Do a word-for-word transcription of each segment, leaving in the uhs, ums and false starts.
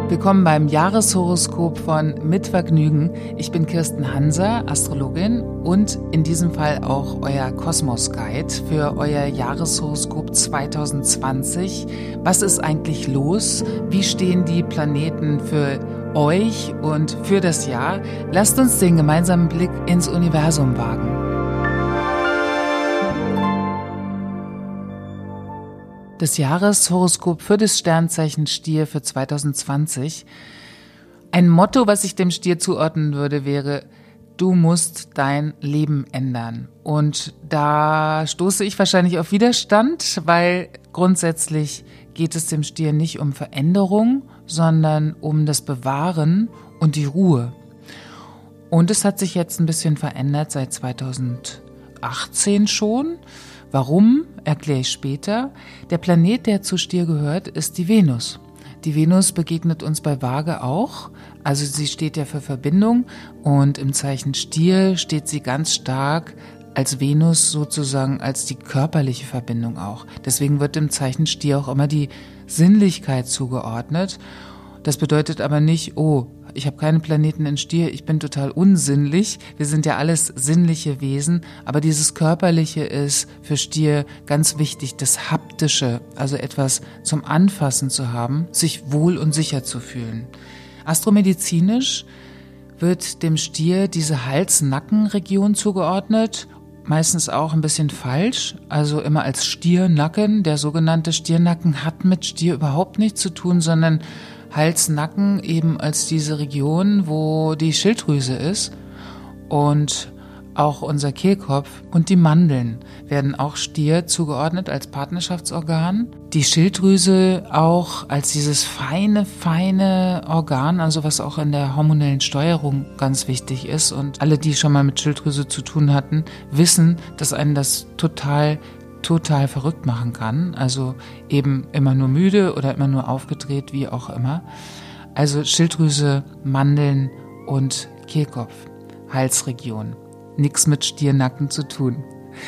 Willkommen beim Jahreshoroskop von Mit Vergnügen. Ich bin Kirsten Hanser, Astrologin und in diesem Fall auch euer Kosmos-Guide für euer Jahreshoroskop zwanzig zwanzig. Was ist eigentlich los? Wie stehen die Planeten für euch und für das Jahr? Lasst uns den gemeinsamen Blick ins Universum wagen. Das Jahreshoroskop für das Sternzeichen Stier für zwanzig zwanzig. Ein Motto, was ich dem Stier zuordnen würde, wäre: Du musst dein Leben ändern. Und da stoße ich wahrscheinlich auf Widerstand, weil grundsätzlich geht es dem Stier nicht um Veränderung, sondern um das Bewahren und die Ruhe. Und es hat sich jetzt ein bisschen verändert seit zwanzig achtzehn schon. Warum, erkläre ich später. Der Planet, der zu Stier gehört, ist die Venus. Die Venus begegnet uns bei Waage auch. Also sie steht ja für Verbindung und im Zeichen Stier steht sie ganz stark als Venus sozusagen als die körperliche Verbindung auch. Deswegen wird im Zeichen Stier auch immer die Sinnlichkeit zugeordnet. Das bedeutet aber nicht, oh, ich habe keine Planeten in Stier, ich bin total unsinnlich. Wir sind ja alles sinnliche Wesen, aber dieses Körperliche ist für Stier ganz wichtig, das Haptische, also etwas zum Anfassen zu haben, sich wohl und sicher zu fühlen. Astromedizinisch wird dem Stier diese Hals-Nacken-Region zugeordnet, meistens auch ein bisschen falsch, also immer als Stiernacken. Der sogenannte Stiernacken hat mit Stier überhaupt nichts zu tun, sondern Hals, Nacken eben als diese Region, wo die Schilddrüse ist, und auch unser Kehlkopf und die Mandeln werden auch Stier zugeordnet als Partnerschaftsorgan. Die Schilddrüse auch als dieses feine, feine Organ, also was auch in der hormonellen Steuerung ganz wichtig ist. Und alle, die schon mal mit Schilddrüse zu tun hatten, wissen, dass einen das total total verrückt machen kann, also eben immer nur müde oder immer nur aufgedreht, wie auch immer. Also Schilddrüse, Mandeln und Kehlkopf, Halsregion. Nichts mit Stiernacken zu tun.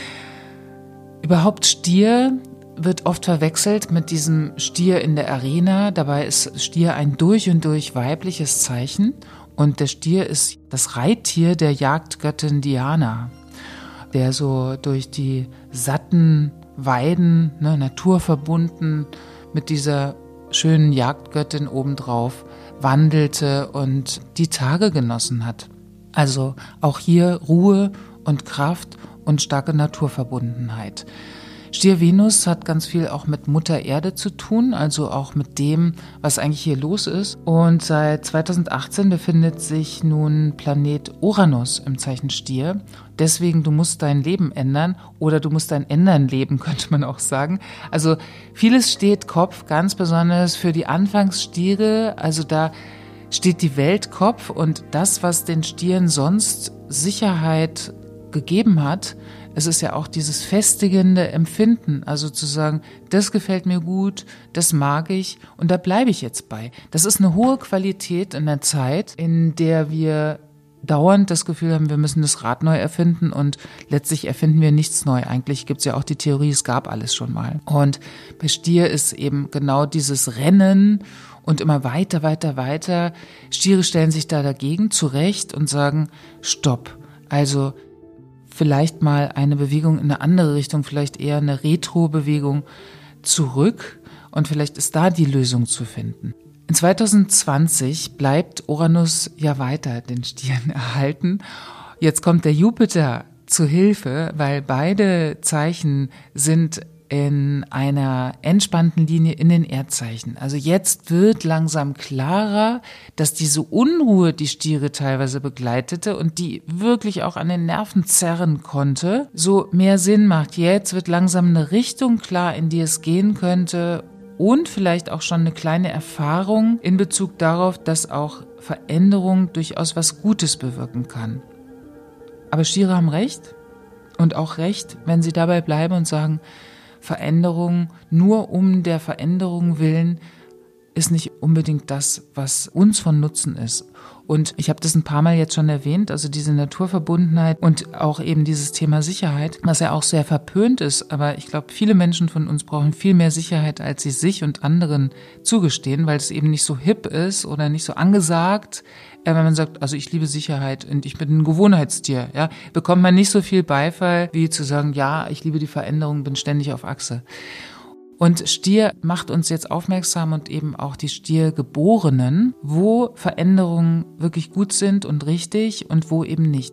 Überhaupt Stier wird oft verwechselt mit diesem Stier in der Arena. Dabei ist Stier ein durch und durch weibliches Zeichen und der Stier ist das Reittier der Jagdgöttin Diana, der so durch die satten Weiden, ne, naturverbunden mit dieser schönen Jagdgöttin obendrauf wandelte und die Tage genossen hat. Also auch hier Ruhe und Kraft und starke Naturverbundenheit. Stier-Venus hat ganz viel auch mit Mutter Erde zu tun, also auch mit dem, was eigentlich hier los ist. Und seit zwanzig achtzehn befindet sich nun Planet Uranus im Zeichen Stier. Deswegen, du musst dein Leben ändern oder du musst dein Ändern leben, könnte man auch sagen. Also vieles steht Kopf, ganz besonders für die Anfangsstiere. Also da steht die Welt Kopf und das, was den Stieren sonst Sicherheit gegeben hat, es ist ja auch dieses festigende Empfinden, also zu sagen, das gefällt mir gut, das mag ich und da bleibe ich jetzt bei. Das ist eine hohe Qualität in der Zeit, in der wir dauernd das Gefühl haben, wir müssen das Rad neu erfinden und letztlich erfinden wir nichts neu. Eigentlich gibt es ja auch die Theorie, es gab alles schon mal. Und bei Stier ist eben genau dieses Rennen und immer weiter, weiter, weiter. Stiere stellen sich da dagegen zurecht und sagen, stopp, also vielleicht mal eine Bewegung in eine andere Richtung, vielleicht eher eine Retro-Bewegung zurück und vielleicht ist da die Lösung zu finden. In zwanzig zwanzig bleibt Uranus ja weiter den Stieren erhalten. Jetzt kommt der Jupiter zu Hilfe, weil beide Zeichen sind in einer entspannten Linie in den Erdzeichen. Also jetzt wird langsam klarer, dass diese Unruhe die Stiere teilweise begleitete und die wirklich auch an den Nerven zerren konnte, so mehr Sinn macht. Jetzt wird langsam eine Richtung klar, in die es gehen könnte und vielleicht auch schon eine kleine Erfahrung in Bezug darauf, dass auch Veränderung durchaus was Gutes bewirken kann. Aber Stiere haben recht und auch recht, wenn sie dabei bleiben und sagen, Veränderung nur um der Veränderung willen ist nicht unbedingt das, was uns von Nutzen ist. Und ich habe das ein paar Mal jetzt schon erwähnt, also diese Naturverbundenheit und auch eben dieses Thema Sicherheit, was ja auch sehr verpönt ist. Aber ich glaube, viele Menschen von uns brauchen viel mehr Sicherheit, als sie sich und anderen zugestehen, weil es eben nicht so hip ist oder nicht so angesagt. Wenn man sagt, also ich liebe Sicherheit und ich bin ein Gewohnheitstier, ja, bekommt man nicht so viel Beifall, wie zu sagen, ja, ich liebe die Veränderung, bin ständig auf Achse. Und Stier macht uns jetzt aufmerksam und eben auch die Stiergeborenen, wo Veränderungen wirklich gut sind und richtig und wo eben nicht.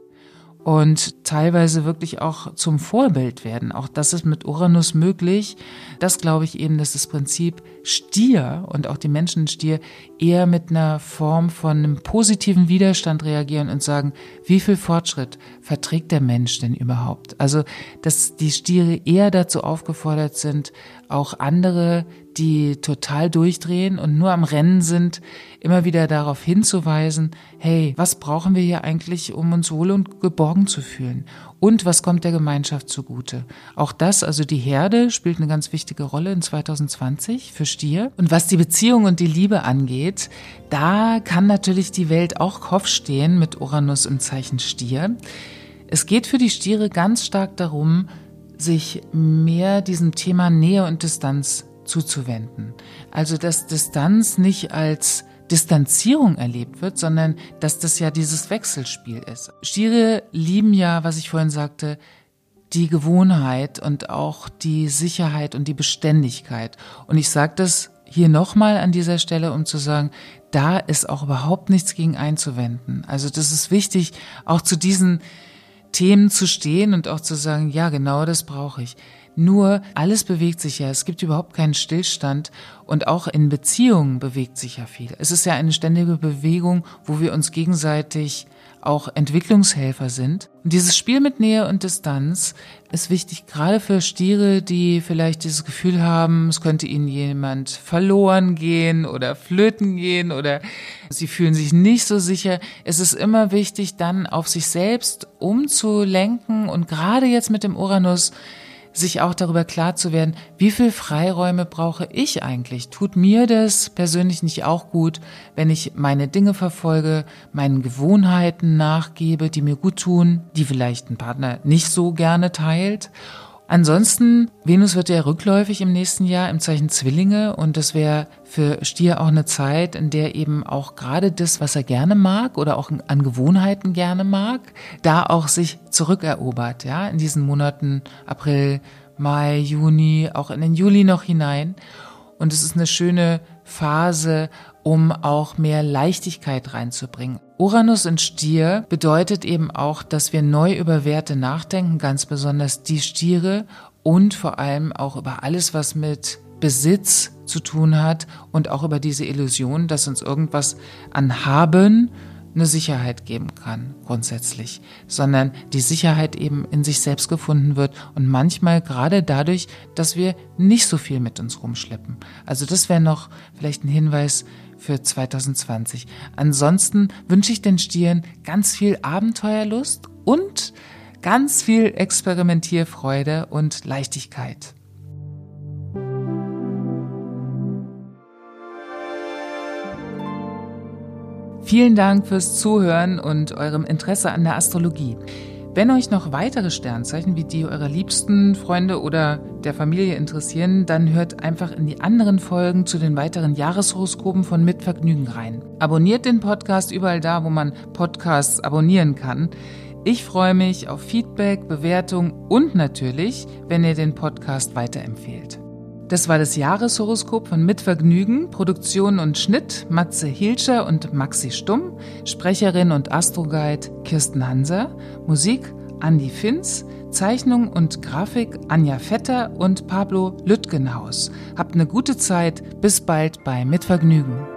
Und teilweise wirklich auch zum Vorbild werden. Auch das ist mit Uranus möglich. Das glaube ich eben, dass das Prinzip Stier und auch die Menschen in Stier eher mit einer Form von einem positiven Widerstand reagieren und sagen, wie viel Fortschritt verträgt der Mensch denn überhaupt? Also, dass die Stiere eher dazu aufgefordert sind, auch andere, die total durchdrehen und nur am Rennen sind, immer wieder darauf hinzuweisen, hey, was brauchen wir hier eigentlich, um uns wohl und geborgen zu fühlen? Und was kommt der Gemeinschaft zugute? Auch das, also die Herde, spielt eine ganz wichtige Rolle in zwanzig zwanzig für Stier. Und was die Beziehung und die Liebe angeht, da kann natürlich die Welt auch Kopf stehen mit Uranus im Zeichen Stier. Es geht für die Stiere ganz stark darum, sich mehr diesem Thema Nähe und Distanz zuzuwenden. Also, dass Distanz nicht als Distanzierung erlebt wird, sondern dass das ja dieses Wechselspiel ist. Stiere lieben ja, was ich vorhin sagte, die Gewohnheit und auch die Sicherheit und die Beständigkeit. Und ich sage das hier nochmal an dieser Stelle, um zu sagen, da ist auch überhaupt nichts gegen einzuwenden. Also das ist wichtig, auch zu diesen Themen zu stehen und auch zu sagen, ja, genau das brauche ich. Nur, alles bewegt sich ja, es gibt überhaupt keinen Stillstand und auch in Beziehungen bewegt sich ja viel. Es ist ja eine ständige Bewegung, wo wir uns gegenseitig auch Entwicklungshelfer sind. Und dieses Spiel mit Nähe und Distanz ist wichtig, gerade für Stiere, die vielleicht dieses Gefühl haben, es könnte ihnen jemand verloren gehen oder flöten gehen oder sie fühlen sich nicht so sicher. Es ist immer wichtig, dann auf sich selbst umzulenken und gerade jetzt mit dem Uranus sich auch darüber klar zu werden, wie viel Freiräume brauche ich eigentlich? Tut mir das persönlich nicht auch gut, wenn ich meine Dinge verfolge, meinen Gewohnheiten nachgebe, die mir gut tun, die vielleicht ein Partner nicht so gerne teilt? Ansonsten, Venus wird ja rückläufig im nächsten Jahr im Zeichen Zwillinge und das wäre für Stier auch eine Zeit, in der eben auch gerade das, was er gerne mag oder auch an Gewohnheiten gerne mag, da auch sich zurückerobert, ja, in diesen Monaten April, Mai, Juni, auch in den Juli noch hinein. Und es ist eine schöne Phase, um auch mehr Leichtigkeit reinzubringen. Uranus in Stier bedeutet eben auch, dass wir neu über Werte nachdenken, ganz besonders die Stiere und vor allem auch über alles, was mit Besitz zu tun hat und auch über diese Illusion, dass uns irgendwas an Haben eine Sicherheit geben kann, grundsätzlich, sondern die Sicherheit eben in sich selbst gefunden wird und manchmal gerade dadurch, dass wir nicht so viel mit uns rumschleppen. Also das wäre noch vielleicht ein Hinweis für zwanzig zwanzig. Ansonsten wünsche ich den Stieren ganz viel Abenteuerlust und ganz viel Experimentierfreude und Leichtigkeit. Vielen Dank fürs Zuhören und eurem Interesse an der Astrologie. Wenn euch noch weitere Sternzeichen wie die eurer liebsten Freunde oder der Familie interessieren, dann hört einfach in die anderen Folgen zu den weiteren Jahreshoroskopen von Mit Vergnügen rein. Abonniert den Podcast überall da, wo man Podcasts abonnieren kann. Ich freue mich auf Feedback, Bewertung und natürlich, wenn ihr den Podcast weiterempfehlt. Das war das Jahreshoroskop von Mit Vergnügen, Produktion und Schnitt Matze Hilscher und Maxi Stumm, Sprecherin und Astroguide Kirsten Hanser, Musik Andi Finz, Zeichnung und Grafik Anja Vetter und Pablo Lüttgenhaus. Habt eine gute Zeit, bis bald bei Mit Vergnügen.